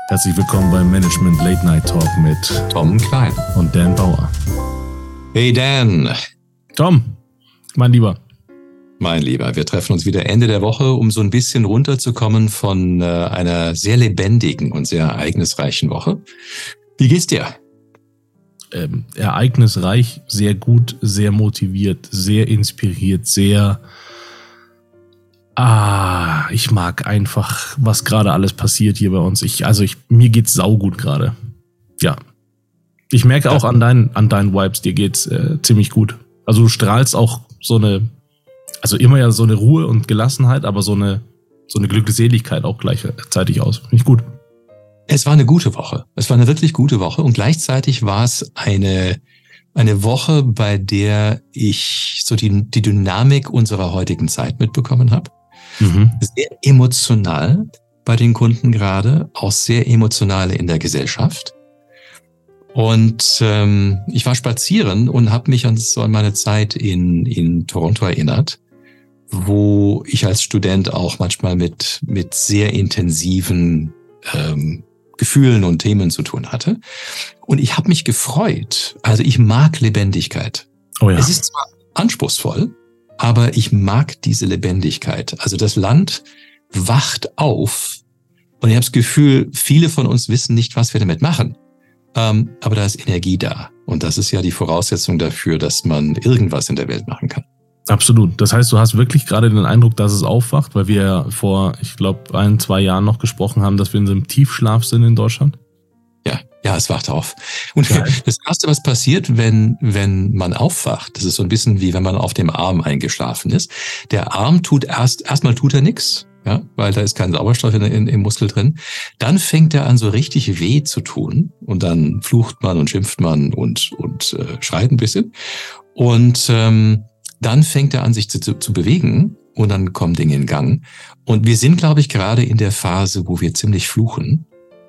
Herzlich willkommen beim Management Late Night Talk mit Tom Klein und Dan Bauer. Hey Dan. Tom, mein Lieber. Mein Lieber, wir treffen uns wieder Ende der Woche, um so ein bisschen runterzukommen von einer sehr lebendigen und sehr ereignisreichen Woche. Wie geht's dir? Ereignisreich, sehr gut, sehr motiviert, sehr inspiriert, sehr... ich mag einfach, was gerade alles passiert hier bei uns. Mir geht's saugut gerade. Ja. Ich merke auch an deinen Vibes, dir geht's ziemlich gut. Also du strahlst auch immer ja so eine Ruhe und Gelassenheit, aber so eine Glückseligkeit auch gleichzeitig aus. Finde ich gut. Es war eine gute Woche. Es war eine wirklich gute Woche und gleichzeitig war es eine Woche, bei der ich so die Dynamik unserer heutigen Zeit mitbekommen habe. Mhm. Sehr emotional bei den Kunden gerade, auch sehr emotional in der Gesellschaft. Und ich war spazieren und habe mich an meine Zeit in Toronto erinnert, wo ich als Student auch manchmal mit sehr intensiven Gefühlen und Themen zu tun hatte. Und ich habe mich gefreut. Also ich mag Lebendigkeit. Oh ja. Es ist zwar anspruchsvoll, aber ich mag diese Lebendigkeit. Also das Land wacht auf und ich habe das Gefühl, viele von uns wissen nicht, was wir damit machen. Aber da ist Energie da. Und das ist ja die Voraussetzung dafür, dass man irgendwas in der Welt machen kann. Absolut. Das heißt, du hast wirklich gerade den Eindruck, dass es aufwacht, weil wir ja vor, ich glaube, 1-2 Jahren noch gesprochen haben, dass wir in so einem Tiefschlaf sind in Deutschland. Ja, es wacht auf. Und das Erste, was passiert, wenn man aufwacht, das ist so ein bisschen wie wenn man auf dem Arm eingeschlafen ist. Der Arm tut erstmal tut er nichts, ja, weil da ist kein Sauerstoff im Muskel drin. Dann fängt er an, so richtig weh zu tun. Und dann flucht man und schimpft man und schreit ein bisschen. Und dann fängt er an, sich zu bewegen. Und dann kommen Dinge in Gang. Und wir sind, glaube ich, gerade in der Phase, wo wir ziemlich fluchen.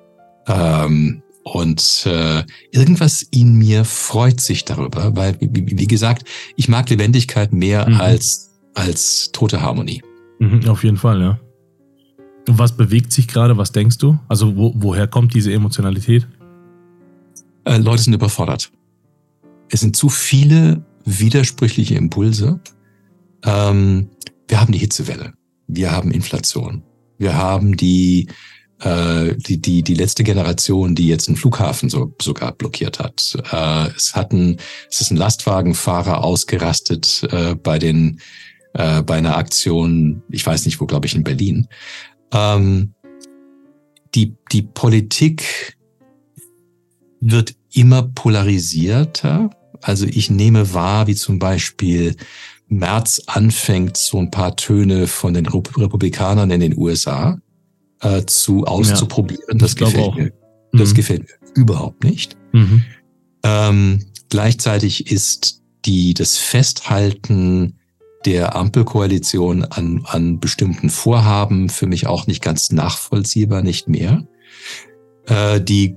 Und irgendwas in mir freut sich darüber, weil, wie gesagt, ich mag Lebendigkeit mehr als tote Harmonie. Auf jeden Fall, ja. Und was bewegt sich gerade? Was denkst du? Also woher kommt diese Emotionalität? Leute sind überfordert. Es sind zu viele widersprüchliche Impulse. Wir haben die Hitzewelle. Wir haben Inflation. Wir haben die letzte Generation, die jetzt einen Flughafen sogar blockiert hat. Es ist ein Lastwagenfahrer ausgerastet bei einer Aktion, ich weiß nicht wo, glaube ich in Berlin. Die Politik wird immer polarisierter. Also ich nehme wahr, wie zum Beispiel Merz anfängt, so ein paar Töne von den Republikanern in den USA auszuprobieren. Das gefällt mir. Das gefällt mir überhaupt nicht. Gleichzeitig ist das Festhalten der Ampelkoalition an bestimmten Vorhaben für mich auch nicht ganz nachvollziehbar, nicht mehr. Die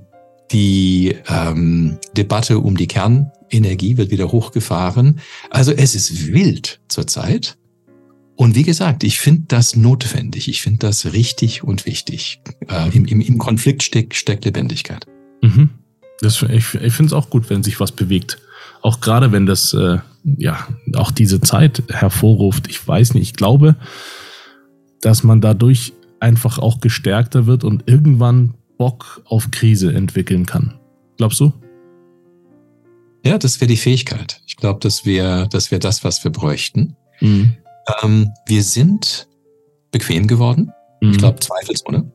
Debatte um die Kernenergie wird wieder hochgefahren. Also es ist wild zurzeit. Und wie gesagt, ich finde das notwendig. Ich finde das richtig und wichtig. Im Konflikt steckt Lebendigkeit. Ich finde es auch gut, wenn sich was bewegt. Auch gerade, wenn das auch diese Zeit hervorruft. Ich weiß nicht, ich glaube, dass man dadurch einfach auch gestärkter wird und irgendwann Bock auf Krise entwickeln kann. Glaubst du? Ja, das wäre die Fähigkeit. Ich glaube, das wäre das, was wir bräuchten. Wir sind bequem geworden. Ich glaube, zweifelsohne.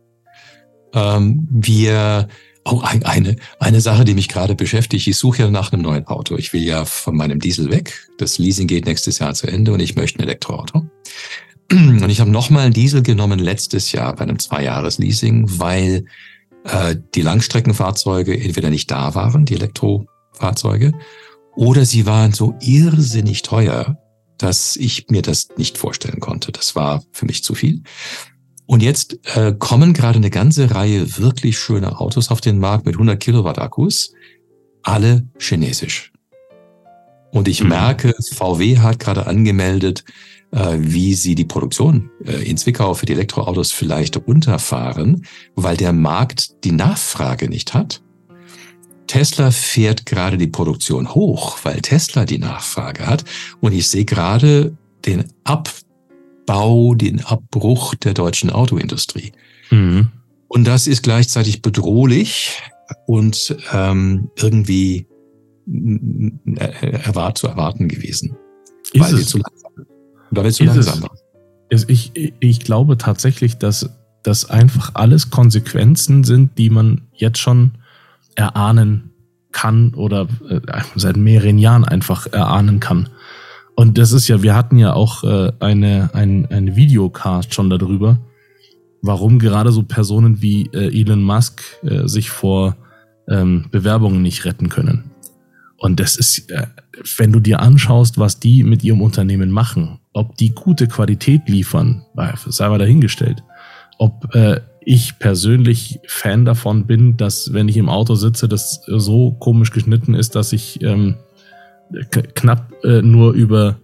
Auch eine Sache, die mich gerade beschäftigt. Ich suche ja nach einem neuen Auto. Ich will ja von meinem Diesel weg. Das Leasing geht nächstes Jahr zu Ende und ich möchte ein Elektroauto. Und ich habe nochmal einen Diesel genommen letztes Jahr bei einem 2-Jahres-Leasing, weil die Langstreckenfahrzeuge entweder nicht da waren, die Elektrofahrzeuge, oder sie waren so irrsinnig teuer, dass ich mir das nicht vorstellen konnte. Das war für mich zu viel. Und jetzt kommen gerade eine ganze Reihe wirklich schöner Autos auf den Markt mit 100 Kilowatt Akkus, alle chinesisch. Und ich merke, VW hat gerade angemeldet, wie sie die Produktion in Zwickau für die Elektroautos vielleicht runterfahren, weil der Markt die Nachfrage nicht hat. Tesla fährt gerade die Produktion hoch, weil Tesla die Nachfrage hat. Und ich sehe gerade den Abbau, den Abbruch der deutschen Autoindustrie. Mhm. Und das ist gleichzeitig bedrohlich und irgendwie zu erwarten gewesen. Weil wir zu langsam waren. Ich glaube tatsächlich, dass das einfach alles Konsequenzen sind, die man jetzt schon erahnen kann oder seit mehreren Jahren einfach erahnen kann. Und das ist ja, wir hatten ja auch eine Videocast schon darüber, warum gerade so Personen wie Elon Musk sich vor Bewerbungen nicht retten können. Und das ist, wenn du dir anschaust, was die mit ihrem Unternehmen machen, ob die gute Qualität liefern, sei mal dahingestellt. Ob ich persönlich Fan davon bin, dass, wenn ich im Auto sitze, das so komisch geschnitten ist, dass ich knapp nur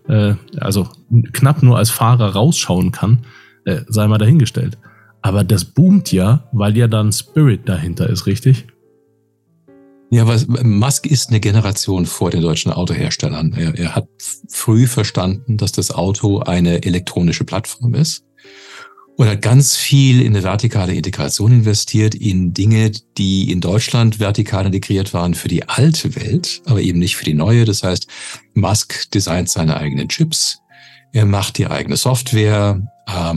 als Fahrer rausschauen kann, sei mal dahingestellt. Aber das boomt ja, weil ja dann Spirit dahinter ist, richtig? Ja, Musk ist eine Generation vor den deutschen Autoherstellern. Er hat früh verstanden, dass das Auto eine elektronische Plattform ist und hat ganz viel in eine vertikale Integration investiert, in Dinge, die in Deutschland vertikal integriert waren für die alte Welt, aber eben nicht für die neue. Das heißt, Musk designt seine eigenen Chips, er macht die eigene Software, er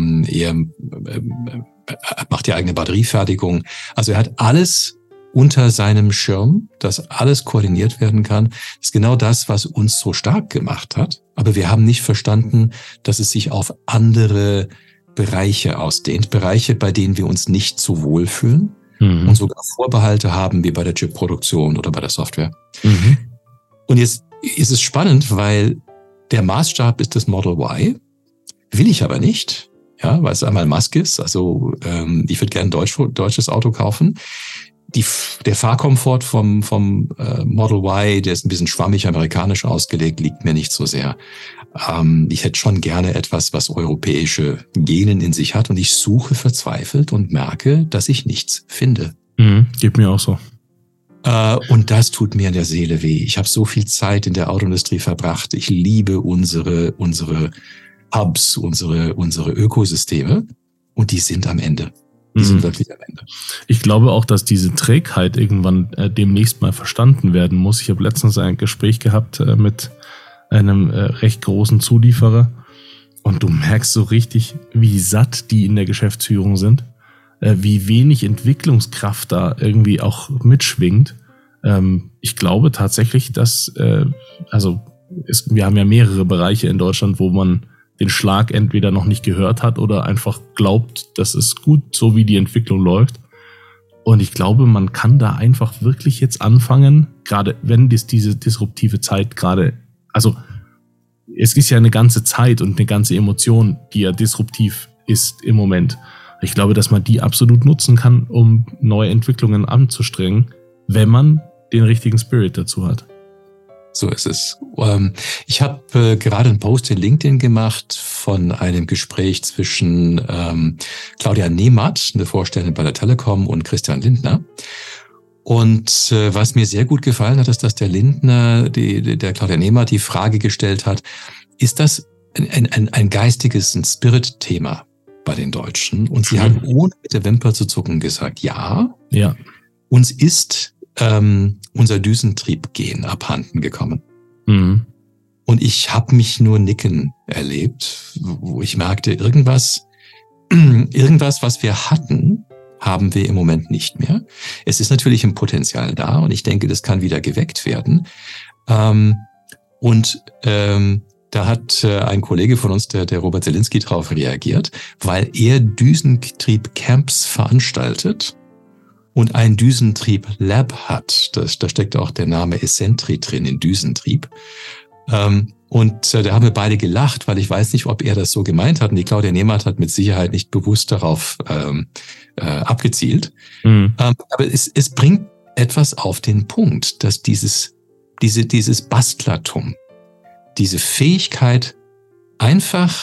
macht die eigene Batteriefertigung. Also er hat alles unter seinem Schirm, dass alles koordiniert werden kann. Das ist genau das, was uns so stark gemacht hat. Aber wir haben nicht verstanden, dass es sich auf andere Bereiche ausdehnt. Bereiche, bei denen wir uns nicht so wohlfühlen und sogar Vorbehalte haben, wie bei der Chip-Produktion oder bei der Software. Mhm. Und jetzt ist es spannend, weil der Maßstab ist das Model Y. Will ich aber nicht, ja, weil es einmal Musk ist. Also ich würde gerne ein deutsches Auto kaufen. Der Fahrkomfort vom Model Y, der ist ein bisschen schwammig amerikanisch ausgelegt, liegt mir nicht so sehr. Ich hätte schon gerne etwas, was europäische Genen in sich hat, und ich suche verzweifelt und merke, dass ich nichts finde. Geht mir auch so. Und das tut mir in der Seele weh. Ich habe so viel Zeit in der Autoindustrie verbracht. Ich liebe unsere Hubs, unsere Ökosysteme, und die sind am Ende. Die sind wirklich am Ende. Ich glaube auch, dass diese Trägheit irgendwann demnächst mal verstanden werden muss. Ich habe letztens ein Gespräch gehabt mit einem recht großen Zulieferer, und du merkst so richtig, wie satt die in der Geschäftsführung sind, wie wenig Entwicklungskraft da irgendwie auch mitschwingt. Ich glaube tatsächlich, dass wir haben ja mehrere Bereiche in Deutschland, wo man den Schlag entweder noch nicht gehört hat oder einfach glaubt, das ist gut, so wie die Entwicklung läuft. Und ich glaube, man kann da einfach wirklich jetzt anfangen, gerade wenn diese disruptive Zeit gerade, also es ist ja eine ganze Zeit und eine ganze Emotion, die ja disruptiv ist im Moment. Ich glaube, dass man die absolut nutzen kann, um neue Entwicklungen anzustrengen, wenn man den richtigen Spirit dazu hat. So ist es. Ich habe gerade einen Post in LinkedIn gemacht von einem Gespräch zwischen Claudia Nehmatt, eine Vorständin bei der Telekom, und Christian Lindner. Und was mir sehr gut gefallen hat, ist, dass der Lindner, der Claudia Nehmatt, die Frage gestellt hat, ist das ein geistiges, ein Spirit-Thema bei den Deutschen? Und sie hat ohne mit der Wimper zu zucken gesagt, ja. Uns ist unser Düsentriebgen abhanden gekommen. Und ich habe mich nur nicken erlebt, wo ich merkte, irgendwas, was wir hatten, haben wir im Moment nicht mehr. Es ist natürlich ein Potenzial da, und ich denke, das kann wieder geweckt werden. Da hat ein Kollege von uns, der Robert Zelinski, drauf reagiert, weil er Düsentrieb-Camps veranstaltet und ein Düsentrieb-Lab hat. Da steckt auch der Name Essentri drin, in Düsentrieb. Da haben wir beide gelacht, weil ich weiß nicht, ob er das so gemeint hat. Und die Claudia Nehmatt hat mit Sicherheit nicht bewusst darauf abgezielt. Aber es bringt etwas auf den Punkt, dass dieses Bastlertum, diese Fähigkeit, einfach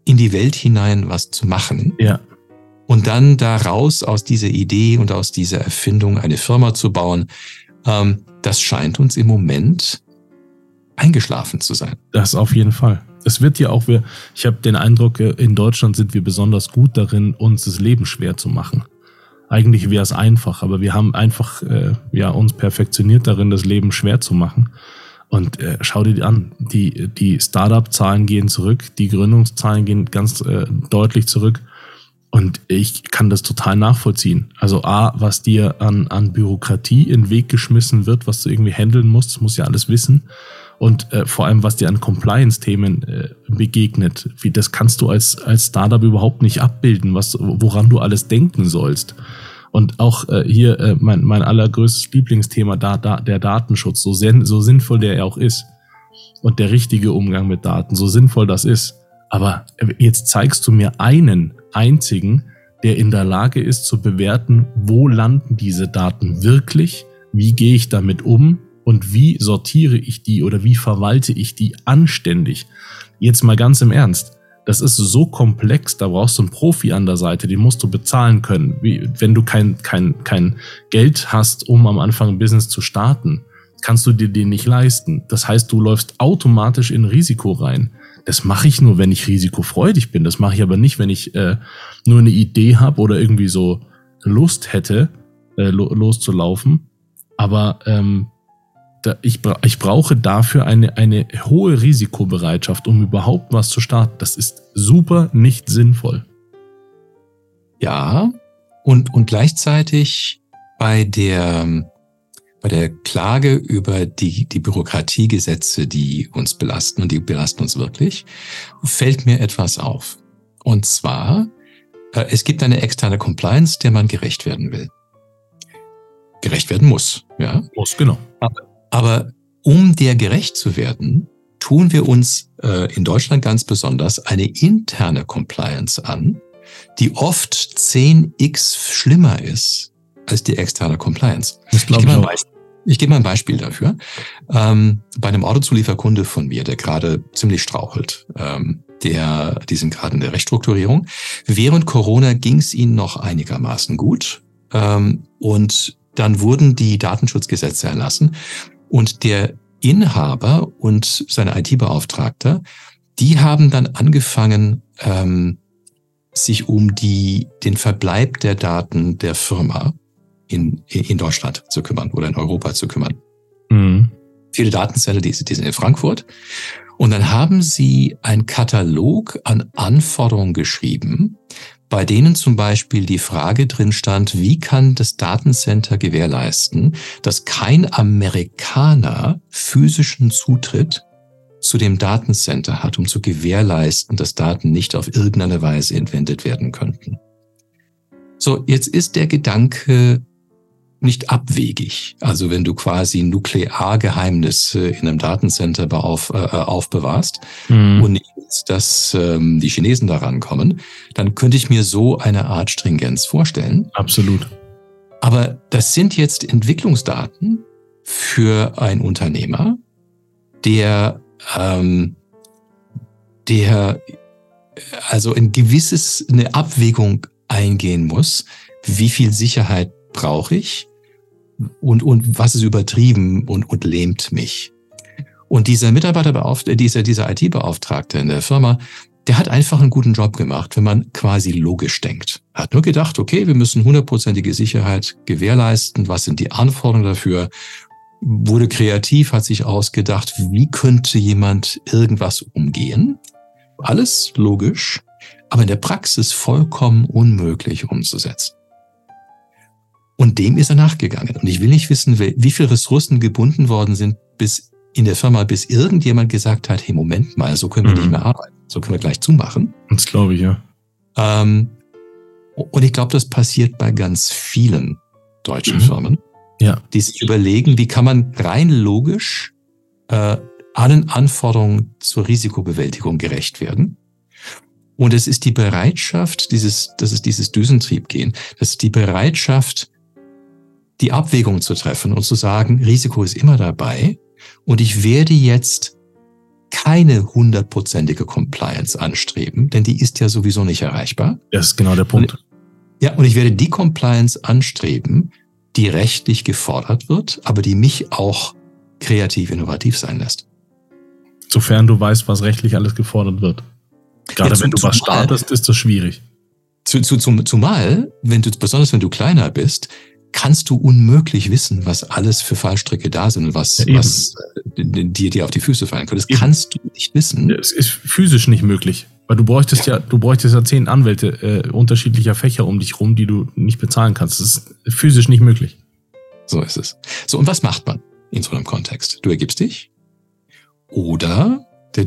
in die Welt hinein was zu machen. Ja. Und dann daraus aus dieser Idee und aus dieser Erfindung eine Firma zu bauen, das scheint uns im Moment eingeschlafen zu sein. Das auf jeden Fall. Es wird ja auch, ich habe den Eindruck, in Deutschland sind wir besonders gut darin, uns das Leben schwer zu machen. Eigentlich wäre es einfach, aber wir haben einfach uns perfektioniert darin, das Leben schwer zu machen. Und schau dir an, die Startup-Zahlen gehen zurück, die Gründungszahlen gehen ganz deutlich zurück. Und ich kann das total nachvollziehen. Also was dir an Bürokratie in den Weg geschmissen wird, was du irgendwie handeln musst, das muss ja alles wissen. Und vor allem, was dir an Compliance-Themen begegnet, das kannst du als Startup überhaupt nicht abbilden, woran du alles denken sollst. Und auch hier mein allergrößtes Lieblingsthema, der Datenschutz, so sinnvoll der auch ist und der richtige Umgang mit Daten, so sinnvoll das ist. Aber jetzt zeigst du mir einen einzigen, der in der Lage ist zu bewerten, wo landen diese Daten wirklich, wie gehe ich damit um und wie sortiere ich die oder wie verwalte ich die anständig. Jetzt mal ganz im Ernst, das ist so komplex, da brauchst du einen Profi an der Seite, den musst du bezahlen können. Wenn du kein Geld hast, um am Anfang ein Business zu starten, kannst du dir den nicht leisten. Das heißt, du läufst automatisch in Risiko rein. Das mache ich nur, wenn ich risikofreudig bin. Das mache ich aber nicht, wenn ich nur eine Idee habe oder irgendwie so Lust hätte, loszulaufen. Aber ich brauche dafür eine hohe Risikobereitschaft, um überhaupt was zu starten. Das ist super nicht sinnvoll. Ja, und gleichzeitig bei der Klage über die Bürokratiegesetze, die uns belasten, und die belasten uns wirklich, fällt mir etwas auf. Und zwar, es gibt eine externe Compliance, der man gerecht werden will. Gerecht werden muss, ja. Muss, genau. Aber um der gerecht zu werden, tun wir uns in Deutschland ganz besonders eine interne Compliance an, die oft 10x schlimmer ist als die externe Compliance. Ich gebe mal ein Beispiel dafür. Bei einem Autozulieferkunde von mir, der gerade ziemlich strauchelt, die sind gerade in der Restrukturierung. Während Corona ging es ihnen noch einigermaßen gut. Und dann wurden die Datenschutzgesetze erlassen. Und der Inhaber und seine IT-Beauftragter, die haben dann angefangen, sich um den Verbleib der Daten der Firma in Deutschland zu kümmern oder in Europa zu kümmern. Mhm. Viele Datencenter, die sind in Frankfurt. Und dann haben sie einen Katalog an Anforderungen geschrieben, bei denen zum Beispiel die Frage drin stand, wie kann das Datencenter gewährleisten, dass kein Amerikaner physischen Zutritt zu dem Datencenter hat, um zu gewährleisten, dass Daten nicht auf irgendeine Weise entwendet werden könnten. So, jetzt ist der Gedanke nicht abwegig. Also wenn du quasi Nukleargeheimnisse in einem Datencenter aufbewahrst und nicht, dass die Chinesen da rankommen, dann könnte ich mir so eine Art Stringenz vorstellen. Absolut. Aber das sind jetzt Entwicklungsdaten für einen Unternehmer, der also eine Abwägung eingehen muss, wie viel Sicherheit brauche ich und was ist übertrieben und lähmt mich. Und dieser dieser IT-Beauftragte in der Firma, der hat einfach einen guten Job gemacht, wenn man quasi logisch denkt. Er hat nur gedacht, okay, wir müssen 100%ige Sicherheit gewährleisten. Was sind die Anforderungen dafür? Wurde kreativ, hat sich ausgedacht, wie könnte jemand irgendwas umgehen? Alles logisch, aber in der Praxis vollkommen unmöglich umzusetzen. Und dem ist er nachgegangen. Und ich will nicht wissen, wie viele Ressourcen gebunden worden sind in der Firma, bis irgendjemand gesagt hat, hey, Moment mal, so können wir nicht mehr arbeiten. So können wir gleich zumachen. Das glaube ich, ja. Und ich glaube, das passiert bei ganz vielen deutschen Firmen, die sich überlegen, wie kann man rein logisch allen Anforderungen zur Risikobewältigung gerecht werden. Und es ist die Bereitschaft, dieses Düsentriebgehen, das ist die Bereitschaft, die Abwägung zu treffen und zu sagen, Risiko ist immer dabei und ich werde jetzt keine 100%ige Compliance anstreben, denn die ist ja sowieso nicht erreichbar. Das ist genau der Punkt. Und ich werde die Compliance anstreben, die rechtlich gefordert wird, aber die mich auch kreativ innovativ sein lässt. Sofern du weißt, was rechtlich alles gefordert wird. Gerade wenn du was startest, ist das schwierig. Zumal, besonders wenn du kleiner bist, kannst du unmöglich wissen, was alles für Fallstricke da sind und was dir auf die Füße fallen kann. Das kannst du nicht wissen. Es ist physisch nicht möglich. Weil du bräuchtest ja 10 Anwälte unterschiedlicher Fächer um dich rum, die du nicht bezahlen kannst. Das ist physisch nicht möglich. So ist es. So, und was macht man in so einem Kontext? Du ergibst dich oder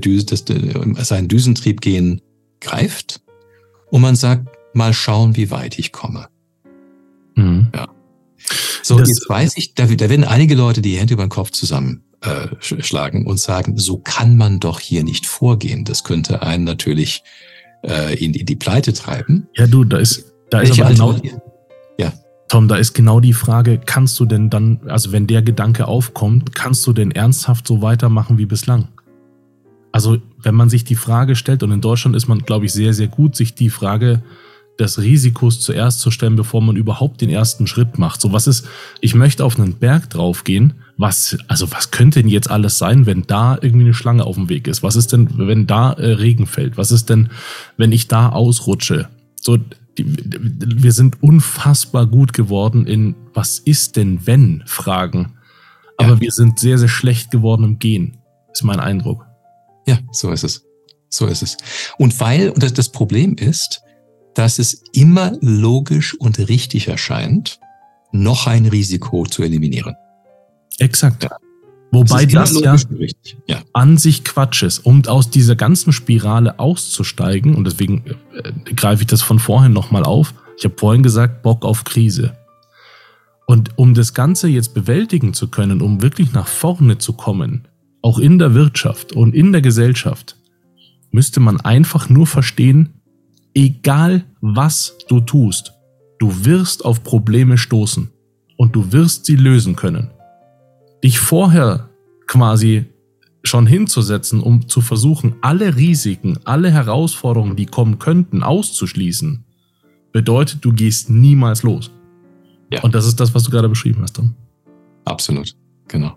sein Düsentriebgehen greift und man sagt, mal schauen, wie weit ich komme. Mhm. Ja. So, jetzt weiß ich, da werden einige Leute die Hände über den Kopf zusammenschlagen und sagen, so kann man doch hier nicht vorgehen. Das könnte einen natürlich in die Pleite treiben. Ja, du, da ist aber genau, ja. Tom, da ist genau die Frage, kannst du denn dann, also wenn der Gedanke aufkommt, kannst du denn ernsthaft so weitermachen wie bislang? Also, wenn man sich die Frage stellt, und in Deutschland ist man, glaube ich, sehr, sehr gut, sich die Frage des Risikos zuerst zu stellen, bevor man überhaupt den ersten Schritt macht. So, ich möchte auf einen Berg draufgehen, was könnte denn jetzt alles sein, wenn da irgendwie eine Schlange auf dem Weg ist? Was ist denn, wenn da Regen fällt? Was ist denn, wenn ich da ausrutsche? So, wir sind unfassbar gut geworden in was ist denn wenn Fragen. Aber wir sind sehr, sehr schlecht geworden im Gehen, ist mein Eindruck. Ja, so ist es. Und das Problem ist, dass es immer logisch und richtig erscheint, noch ein Risiko zu eliminieren. Exakt. Ja. Wobei das ja an sich Quatsch ist. Um aus dieser ganzen Spirale auszusteigen, und deswegen greife ich das von vorhin nochmal auf, ich habe vorhin gesagt, Bock auf Krise. Und um das Ganze jetzt bewältigen zu können, um wirklich nach vorne zu kommen, auch in der Wirtschaft und in der Gesellschaft, müsste man einfach nur verstehen, egal was du tust, du wirst auf Probleme stoßen und du wirst sie lösen können. Dich vorher quasi schon hinzusetzen, um zu versuchen, alle Risiken, alle Herausforderungen, die kommen könnten, auszuschließen, bedeutet, du gehst niemals los. Ja. Und das ist das, was du gerade beschrieben hast, Tom. Absolut, genau.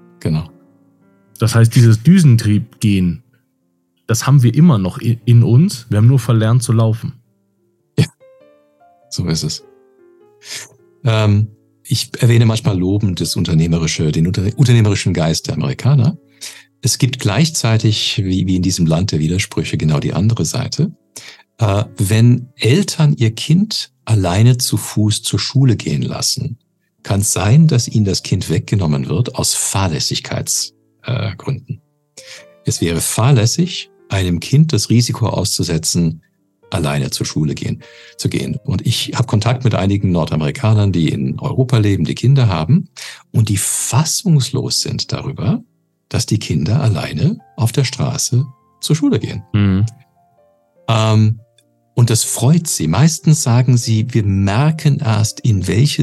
Das heißt, dieses Düsentriebgehen, das haben wir immer noch in uns. Wir haben nur verlernt zu laufen. Ja, so ist es. Ich erwähne manchmal lobend den unternehmerischen Geist der Amerikaner. Es gibt gleichzeitig, wie in diesem Land der Widersprüche, genau die andere Seite. Wenn Eltern ihr Kind alleine zu Fuß zur Schule gehen lassen, kann es sein, dass ihnen das Kind weggenommen wird aus Fahrlässigkeitsgründen. Es wäre fahrlässig, einem Kind das Risiko auszusetzen, alleine zur Schule zu gehen. Und ich habe Kontakt mit einigen Nordamerikanern, die in Europa leben, die Kinder haben und die fassungslos sind darüber, dass die Kinder alleine auf der Straße zur Schule gehen. Mhm. Und das freut sie. Meistens sagen sie, wir merken erst, in welche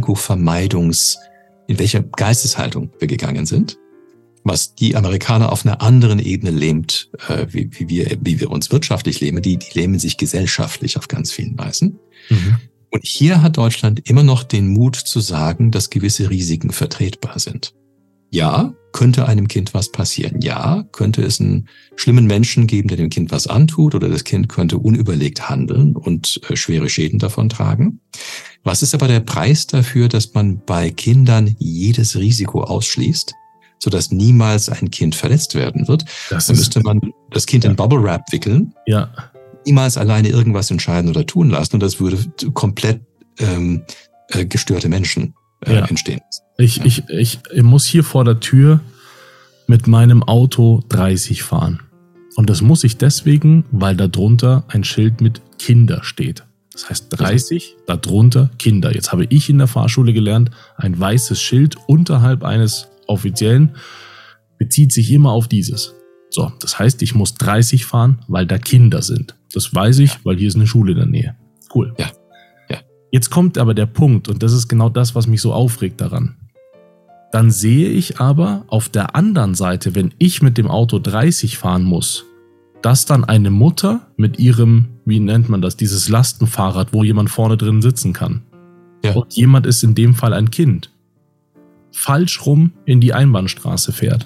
Geisteshaltung wir gegangen sind, was die Amerikaner auf einer anderen Ebene lähmt, wie wir uns wirtschaftlich lähmen. Die lähmen sich gesellschaftlich auf ganz vielen Weisen. Mhm. Und hier hat Deutschland immer noch den Mut zu sagen, dass gewisse Risiken vertretbar sind. Ja, könnte einem Kind was passieren. Ja, könnte es einen schlimmen Menschen geben, der dem Kind was antut, oder das Kind könnte unüberlegt handeln und schwere Schäden davon tragen. Was ist aber der Preis dafür, dass man bei Kindern jedes Risiko ausschließt, sodass niemals ein Kind verletzt werden wird? Dann müsste man das Kind in Bubble Wrap wickeln, niemals alleine irgendwas entscheiden oder tun lassen, und das würde komplett gestörte Menschen entstehen. Ich muss hier vor der Tür mit meinem Auto 30 fahren. Und das muss ich deswegen, weil da drunter ein Schild mit Kinder steht. Das heißt 30, darunter Kinder. Jetzt habe ich in der Fahrschule gelernt, ein weißes Schild unterhalb eines offiziellen bezieht sich immer auf dieses. So, das heißt, ich muss 30 fahren, weil da Kinder sind. Das weiß ich, weil hier ist eine Schule in der Nähe. Cool. Ja. Jetzt kommt aber der Punkt, und das ist genau das, was mich so aufregt daran. Dann sehe ich aber auf der anderen Seite, wenn ich mit dem Auto 30 fahren muss, dass dann eine Mutter mit ihrem, wie nennt man das, dieses Lastenfahrrad, wo jemand vorne drin sitzen kann. Ja. Und jemand ist in dem Fall ein Kind, falsch rum in die Einbahnstraße fährt.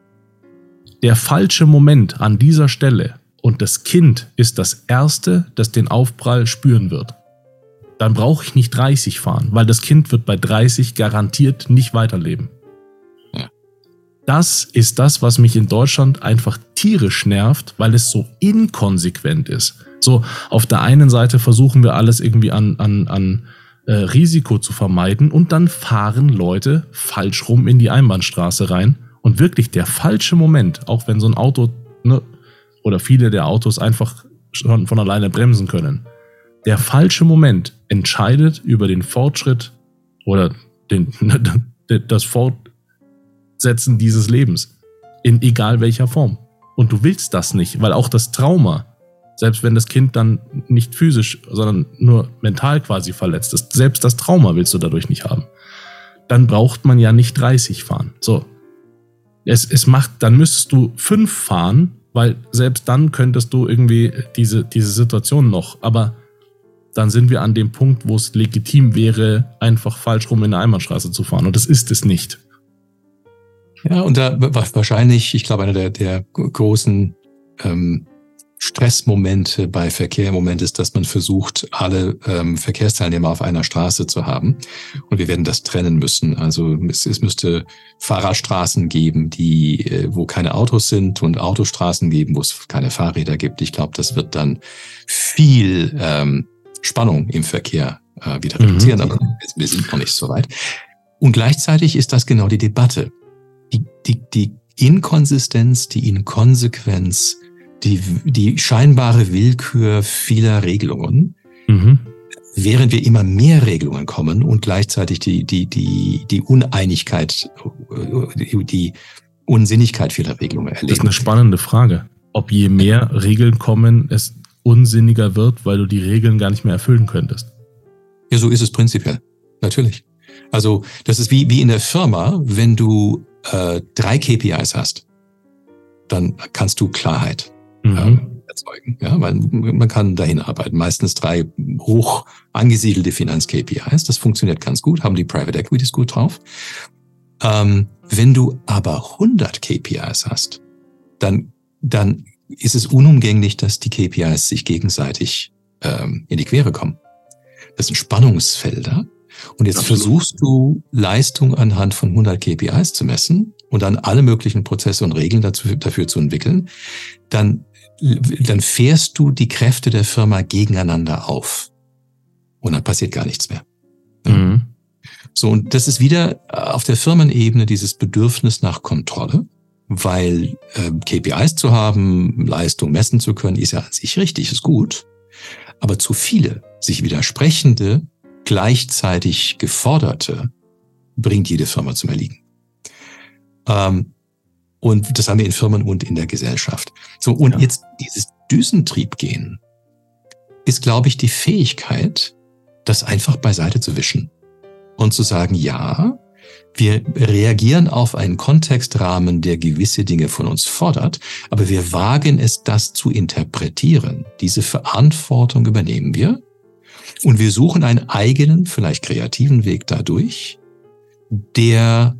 Der falsche Moment an dieser Stelle und das Kind ist das Erste, das den Aufprall spüren wird. Dann brauche ich nicht 30 fahren, weil das Kind wird bei 30 garantiert nicht weiterleben. Ja. Das ist das, was mich in Deutschland einfach tierisch nervt, weil es so inkonsequent ist. So, auf der einen Seite versuchen wir alles irgendwie an Risiko zu vermeiden und dann fahren Leute falsch rum in die Einbahnstraße rein und wirklich der falsche Moment, auch wenn so ein Auto, ne, oder viele der Autos einfach schon von alleine bremsen können, der falsche Moment entscheidet über den Fortschritt oder das Fortsetzen dieses Lebens. In egal welcher Form. Und du willst das nicht, weil auch das Trauma, selbst wenn das Kind dann nicht physisch, sondern nur mental quasi verletzt ist, selbst das Trauma willst du dadurch nicht haben. Dann braucht man ja nicht 30 fahren. So. Dann müsstest du 5 fahren, weil selbst dann könntest du irgendwie diese Situation noch, aber dann sind wir an dem Punkt, wo es legitim wäre, einfach falsch rum in der Einbahnstraße zu fahren. Und das ist es nicht. Ja, und da wahrscheinlich, ich glaube, einer der großen Stressmomente bei Verkehr im Moment ist, dass man versucht, alle Verkehrsteilnehmer auf einer Straße zu haben. Und wir werden das trennen müssen. Also es müsste Fahrradstraßen geben, wo keine Autos sind und Autostraßen geben, wo es keine Fahrräder gibt. Ich glaube, das wird dann viel Spannung im Verkehr wieder reduzieren, aber wir sind noch nicht so weit. Und gleichzeitig ist das genau die Debatte. Die Inkonsistenz, die Inkonsequenz, die scheinbare Willkür vieler Regelungen, während wir immer mehr Regelungen kommen und gleichzeitig die Uneinigkeit, die Unsinnigkeit vieler Regelungen erleben. Das ist eine spannende Frage. Ob je mehr Regeln kommen, es unsinniger wird, weil du die Regeln gar nicht mehr erfüllen könntest. Ja, so ist es prinzipiell. Natürlich. Also das ist wie in der Firma, wenn du 3 KPIs hast, dann kannst du Klarheit erzeugen. Ja, weil man kann dahin arbeiten. Meistens 3 hoch angesiedelte Finanz-KPIs. Das funktioniert ganz gut, haben die Private Equities gut drauf. Wenn du aber 100 KPIs hast, dann ist es unumgänglich, dass die KPIs sich gegenseitig in die Quere kommen. Das sind Spannungsfelder. Und jetzt versuchst du, Leistung anhand von 100 KPIs zu messen und dann alle möglichen Prozesse und Regeln dafür zu entwickeln, dann fährst du die Kräfte der Firma gegeneinander auf. Und dann passiert gar nichts mehr. Mhm. So, und das ist wieder auf der Firmenebene dieses Bedürfnis nach Kontrolle, weil KPIs zu haben, Leistung messen zu können, ist ja an sich richtig, ist gut. Aber zu viele, sich widersprechende, gleichzeitig geforderte, bringt jede Firma zum Erliegen. Und das haben wir in Firmen und in der Gesellschaft. So, und jetzt dieses Düsentriebgehen ist, glaube ich, die Fähigkeit, das einfach beiseite zu wischen und zu sagen, ja, wir reagieren auf einen Kontextrahmen, der gewisse Dinge von uns fordert, aber wir wagen es, das zu interpretieren. Diese Verantwortung übernehmen wir und wir suchen einen eigenen, vielleicht kreativen Weg dadurch, der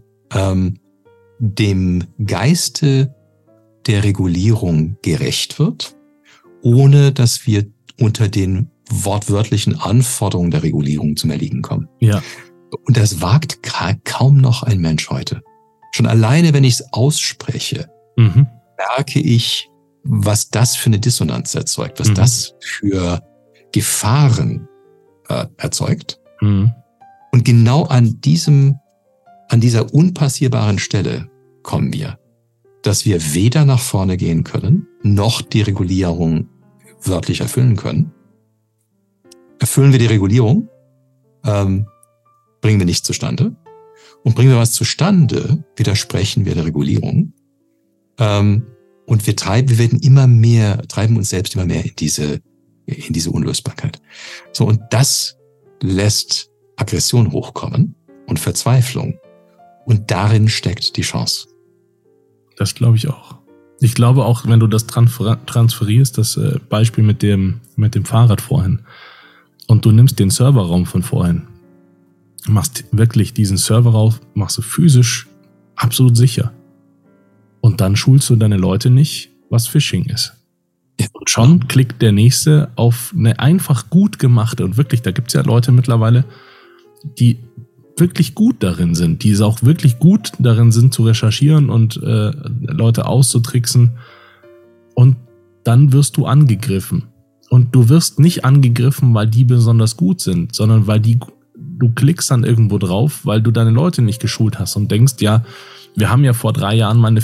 dem Geiste der Regulierung gerecht wird, ohne dass wir unter den wortwörtlichen Anforderungen der Regulierung zum Erliegen kommen. Ja. Und das wagt kaum noch ein Mensch heute. Schon alleine, wenn ich es ausspreche, merke ich, was das für eine Dissonanz erzeugt, was das für Gefahren erzeugt. Und genau an dieser unpassierbaren Stelle kommen wir, dass wir weder nach vorne gehen können, noch die Regulierung wörtlich erfüllen können. Erfüllen wir die Regulierung, bringen wir nichts zustande. Und bringen wir was zustande, widersprechen wir der Regulierung. Und wir treiben uns selbst immer mehr in diese Unlösbarkeit. So, und das lässt Aggression hochkommen und Verzweiflung. Und darin steckt die Chance. Das glaube ich auch. Ich glaube auch, wenn du das transferierst, das Beispiel mit dem Fahrrad vorhin, und du nimmst den Serverraum von vorhin, machst wirklich diesen Serverraum, machst du physisch absolut sicher. Und dann schulst du deine Leute nicht, was Phishing ist. Ja. Und schon klickt der Nächste auf eine einfach gut gemachte, und wirklich, da gibt es ja Leute mittlerweile, die wirklich gut darin sind, die auch wirklich gut darin sind zu recherchieren und Leute auszutricksen. Und dann wirst du angegriffen. Und du wirst nicht angegriffen, weil die besonders gut sind, sondern weil du klickst dann irgendwo drauf, weil du deine Leute nicht geschult hast und denkst, ja, wir haben ja vor 3 Jahren mal eine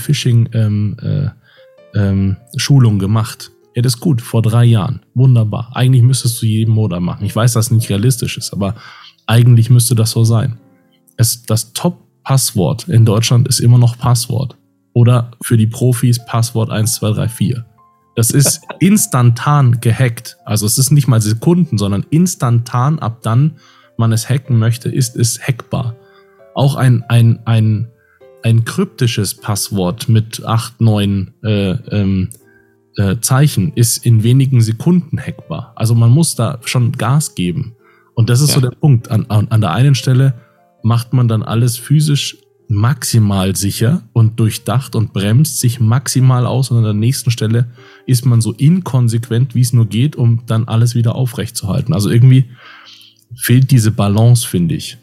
Phishing-Schulung gemacht. Ja, das ist gut, vor 3 Jahren. Wunderbar. Eigentlich müsstest du jeden Monat machen. Ich weiß, dass es nicht realistisch ist, aber eigentlich müsste das so sein. Das Top-Passwort in Deutschland ist immer noch Passwort. Oder für die Profis Passwort 1234. Das ist instantan gehackt. Also es ist nicht mal Sekunden, sondern instantan, ab dann man es hacken möchte, ist es hackbar. Auch ein kryptisches Passwort mit 8, 9 Zeichen ist in wenigen Sekunden hackbar. Also man muss da schon Gas geben. Und das ist so der Punkt. An der einen Stelle macht man dann alles physisch maximal sicher und durchdacht und bremst sich maximal aus, und an der nächsten Stelle ist man so inkonsequent, wie es nur geht, um dann alles wieder aufrechtzuerhalten. Also irgendwie fehlt diese Balance, finde ich.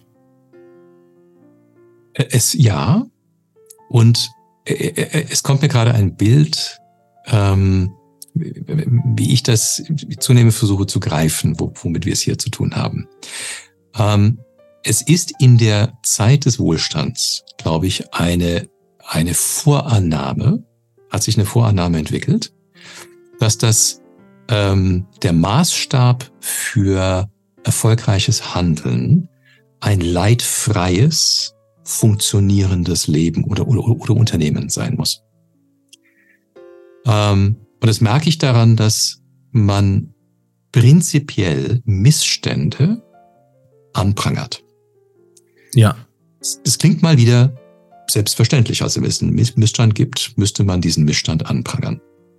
Und es kommt mir gerade ein Bild, wie ich das zunehmend versuche zu greifen, womit wir es hier zu tun haben. Es ist in der Zeit des Wohlstands, glaube ich, hat sich eine Vorannahme entwickelt, dass der Maßstab für erfolgreiches Handeln ein leidfreies, funktionierendes Leben oder Unternehmen sein muss. Und das merke ich daran, dass man prinzipiell Missstände anprangert. Ja. Das klingt mal wieder selbstverständlich. Also wenn es einen Missstand gibt, müsste man diesen Missstand anprangern.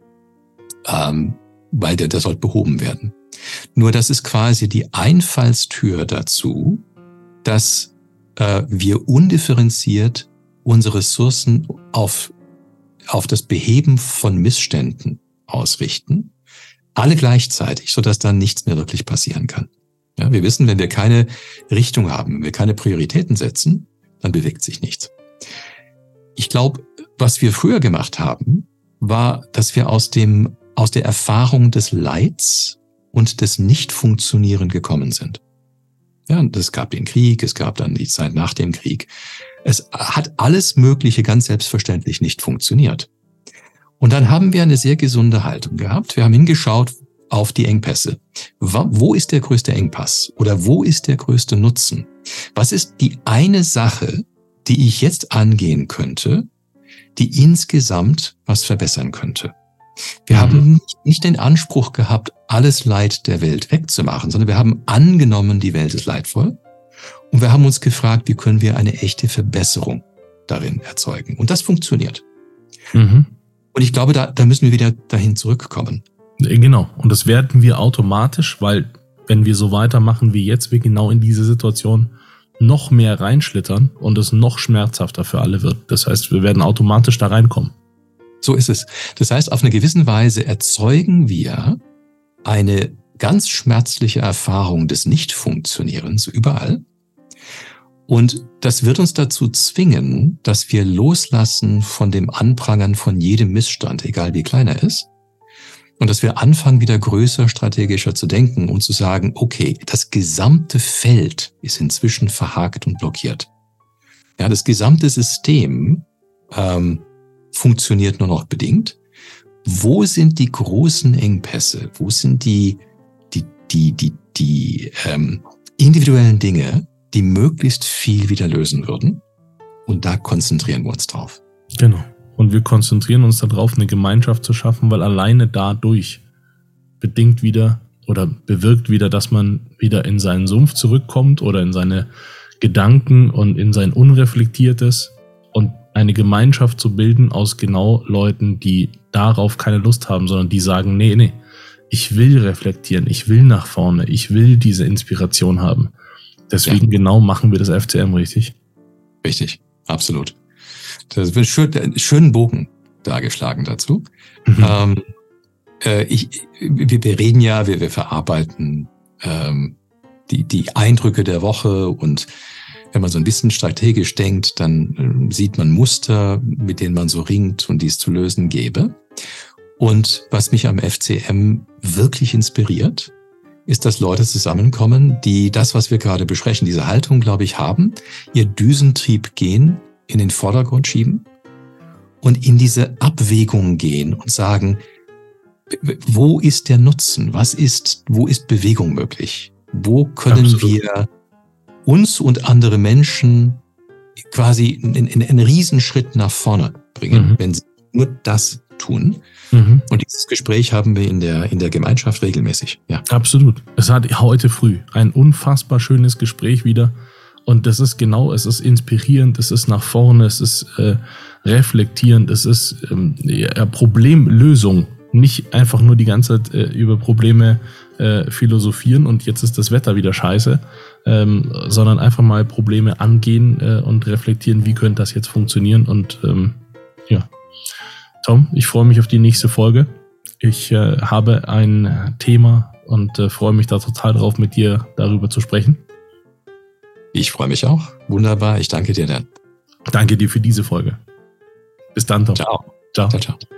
Weil der soll behoben werden. Nur das ist quasi die Einfallstür dazu, dass wir undifferenziert unsere Ressourcen auf das Beheben von Missständen ausrichten, alle gleichzeitig, sodass dann nichts mehr wirklich passieren kann. Ja, wir wissen, wenn wir keine Richtung haben, wenn wir keine Prioritäten setzen, dann bewegt sich nichts. Ich glaube, was wir früher gemacht haben, war, dass wir aus der Erfahrung des Leids und des Nicht-Funktionieren gekommen sind. Ja, und es gab den Krieg, es gab dann die Zeit nach dem Krieg. Es hat alles Mögliche ganz selbstverständlich nicht funktioniert. Und dann haben wir eine sehr gesunde Haltung gehabt. Wir haben hingeschaut auf die Engpässe. Wo ist der größte Engpass? Oder wo ist der größte Nutzen? Was ist die eine Sache, die ich jetzt angehen könnte, die insgesamt was verbessern könnte? Wir haben nicht den Anspruch gehabt, alles Leid der Welt wegzumachen, sondern wir haben angenommen, die Welt ist leidvoll. Und wir haben uns gefragt, wie können wir eine echte Verbesserung darin erzeugen? Und das funktioniert. Und ich glaube, da müssen wir wieder dahin zurückkommen. Genau. Und das werden wir automatisch, weil wenn wir so weitermachen wie jetzt, wir genau in diese Situation noch mehr reinschlittern und es noch schmerzhafter für alle wird. Das heißt, wir werden automatisch da reinkommen. So ist es. Das heißt, auf eine gewisse Weise erzeugen wir eine ganz schmerzliche Erfahrung des Nicht-Funktionierens überall. Und das wird uns dazu zwingen, dass wir loslassen von dem Anprangern von jedem Missstand, egal wie klein er ist. Und dass wir anfangen, wieder größer, strategischer zu denken und zu sagen, okay, das gesamte Feld ist inzwischen verhakt und blockiert. Ja, das gesamte System funktioniert nur noch bedingt. Wo sind die großen Engpässe? Wo sind die individuellen Dinge, die möglichst viel wieder lösen würden? Und da konzentrieren wir uns drauf. Genau. Und wir konzentrieren uns darauf, eine Gemeinschaft zu schaffen, weil alleine dadurch bedingt wieder oder bewirkt wieder, dass man wieder in seinen Sumpf zurückkommt oder in seine Gedanken und in sein Unreflektiertes und eine Gemeinschaft zu bilden aus genau Leuten, die darauf keine Lust haben, sondern die sagen, nee, ich will reflektieren, ich will nach vorne, ich will diese Inspiration haben. Deswegen genau machen wir das FCM, richtig? Richtig, absolut. Das wird einen schönen Bogen dargeschlagen dazu. Mhm. Wir reden ja, wir verarbeiten die Eindrücke der Woche, und wenn man so ein bisschen strategisch denkt, dann sieht man Muster, mit denen man so ringt und die es zu lösen gäbe. Und was mich am FCM wirklich inspiriert, ist, dass Leute zusammenkommen, die das, was wir gerade besprechen, diese Haltung, glaube ich, haben, ihr Düsentrieb gehen, in den Vordergrund schieben und in diese Abwägung gehen und sagen, wo ist der Nutzen? Wo ist Bewegung möglich? Wo können wir uns und andere Menschen quasi in einen Riesenschritt nach vorne bringen, wenn sie nur das tun? Und dieses Gespräch haben wir in der Gemeinschaft regelmäßig. Ja. Absolut. Es hat heute früh ein unfassbar schönes Gespräch wieder. Und das ist es ist inspirierend, es ist nach vorne, es ist reflektierend, es ist Problemlösung. Nicht einfach nur die ganze Zeit über Probleme philosophieren und jetzt ist das Wetter wieder scheiße, sondern einfach mal Probleme angehen und reflektieren, wie könnte das jetzt funktionieren. Und ja, Tom, ich freue mich auf die nächste Folge. Ich habe ein Thema und freue mich da total drauf, mit dir darüber zu sprechen. Ich freue mich auch. Wunderbar. Ich danke dir, Dan. Danke dir für diese Folge. Bis dann, Tom. Ciao. Ciao. Ciao, ciao.